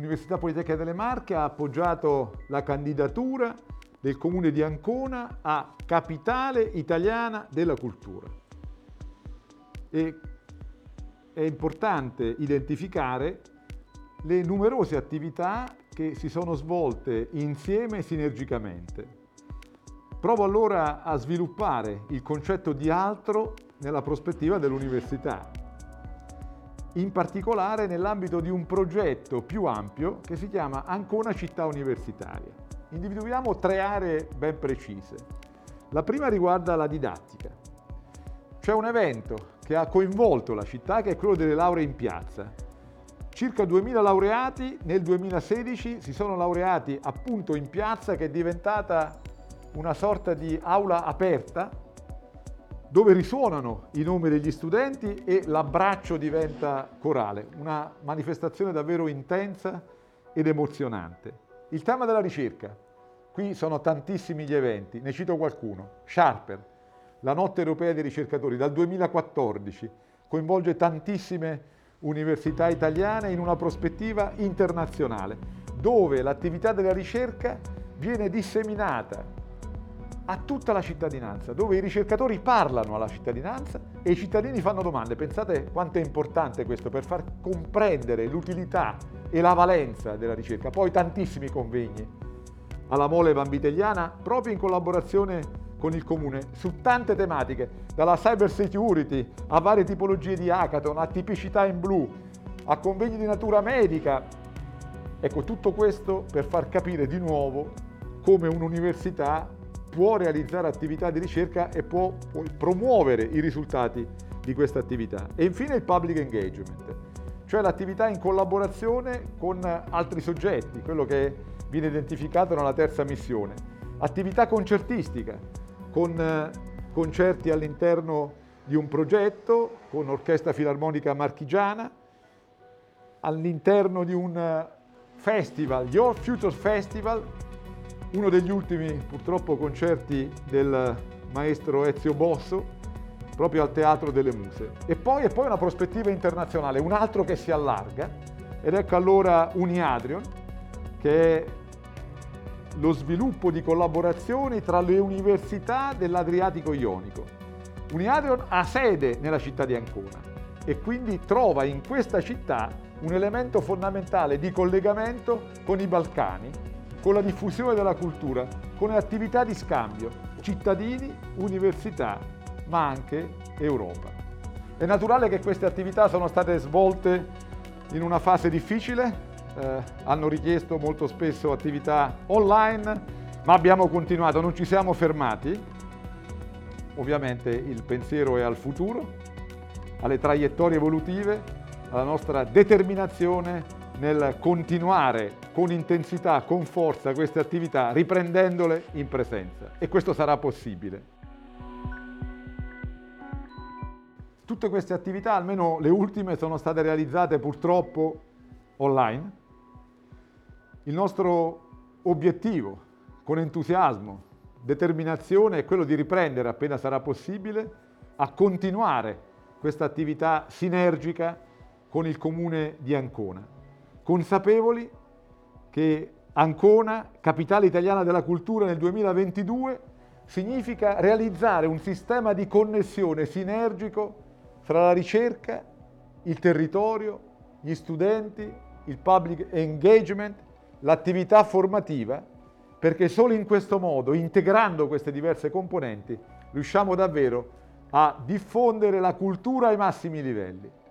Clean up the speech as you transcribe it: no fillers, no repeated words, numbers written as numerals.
l'Università Politecnica delle Marche ha appoggiato la candidatura del Comune di Ancona a Capitale Italiana della Cultura. E è importante identificare le numerose attività che si sono svolte insieme sinergicamente. Provo allora a sviluppare il concetto di altro nella prospettiva dell'università, in particolare nell'ambito di un progetto più ampio che si chiama Ancona Città Universitaria. Individuiamo 3 aree ben precise. La prima riguarda la didattica. C'è un evento che ha coinvolto la città, che è quello delle lauree in piazza. Circa 2000 laureati nel 2016 si sono laureati appunto in piazza, che è diventata una sorta di aula aperta dove risuonano i nomi degli studenti e l'abbraccio diventa corale, una manifestazione davvero intensa ed emozionante. Il tema della ricerca. Qui sono tantissimi gli eventi, ne cito qualcuno. Sharper, la Notte Europea dei Ricercatori, dal 2014, coinvolge tantissime università italiane in una prospettiva internazionale, dove l'attività della ricerca viene disseminata a tutta la cittadinanza, dove i ricercatori parlano alla cittadinanza e i cittadini fanno domande. Pensate quanto è importante questo per far comprendere l'utilità e la valenza della ricerca. Poi tantissimi convegni alla Mole Vanvitelliana, proprio in collaborazione con il Comune, su tante tematiche, dalla cyber security a varie tipologie di hackathon, a tipicità in blu, a convegni di natura medica. Ecco, tutto questo per far capire di nuovo come un'università può realizzare attività di ricerca e può promuovere i risultati di questa attività. E infine il public engagement, cioè l'attività in collaborazione con altri soggetti, quello che viene identificato nella terza missione. Attività concertistica, con concerti all'interno di un progetto, con Orchestra Filarmonica Marchigiana, all'interno di un festival, Your Future Festival, uno degli ultimi purtroppo concerti del maestro Ezio Bosso, proprio al Teatro delle Muse. E poi una prospettiva internazionale, un altro che si allarga, ed ecco allora Uniadrion, che è lo sviluppo di collaborazioni tra le università dell'Adriatico Ionico. Uniadrion ha sede nella città di Ancona e quindi trova in questa città un elemento fondamentale di collegamento con i Balcani, con la diffusione della cultura, con le attività di scambio, cittadini, università, ma anche Europa. È naturale che queste attività sono state svolte in una fase difficile, hanno richiesto molto spesso attività online, ma abbiamo continuato, non ci siamo fermati. Ovviamente il pensiero è al futuro, alle traiettorie evolutive, alla nostra determinazione nel continuare con intensità, con forza queste attività, riprendendole in presenza. E questo sarà possibile. Tutte queste attività, almeno le ultime, sono state realizzate purtroppo online. Il nostro obiettivo, con entusiasmo, determinazione, è quello di riprendere appena sarà possibile a continuare questa attività sinergica con il Comune di Ancona, consapevoli che Ancona, capitale italiana della cultura nel 2022, significa realizzare un sistema di connessione sinergico fra la ricerca, il territorio, gli studenti, il public engagement, l'attività formativa, perché solo in questo modo, integrando queste diverse componenti, riusciamo davvero a diffondere la cultura ai massimi livelli.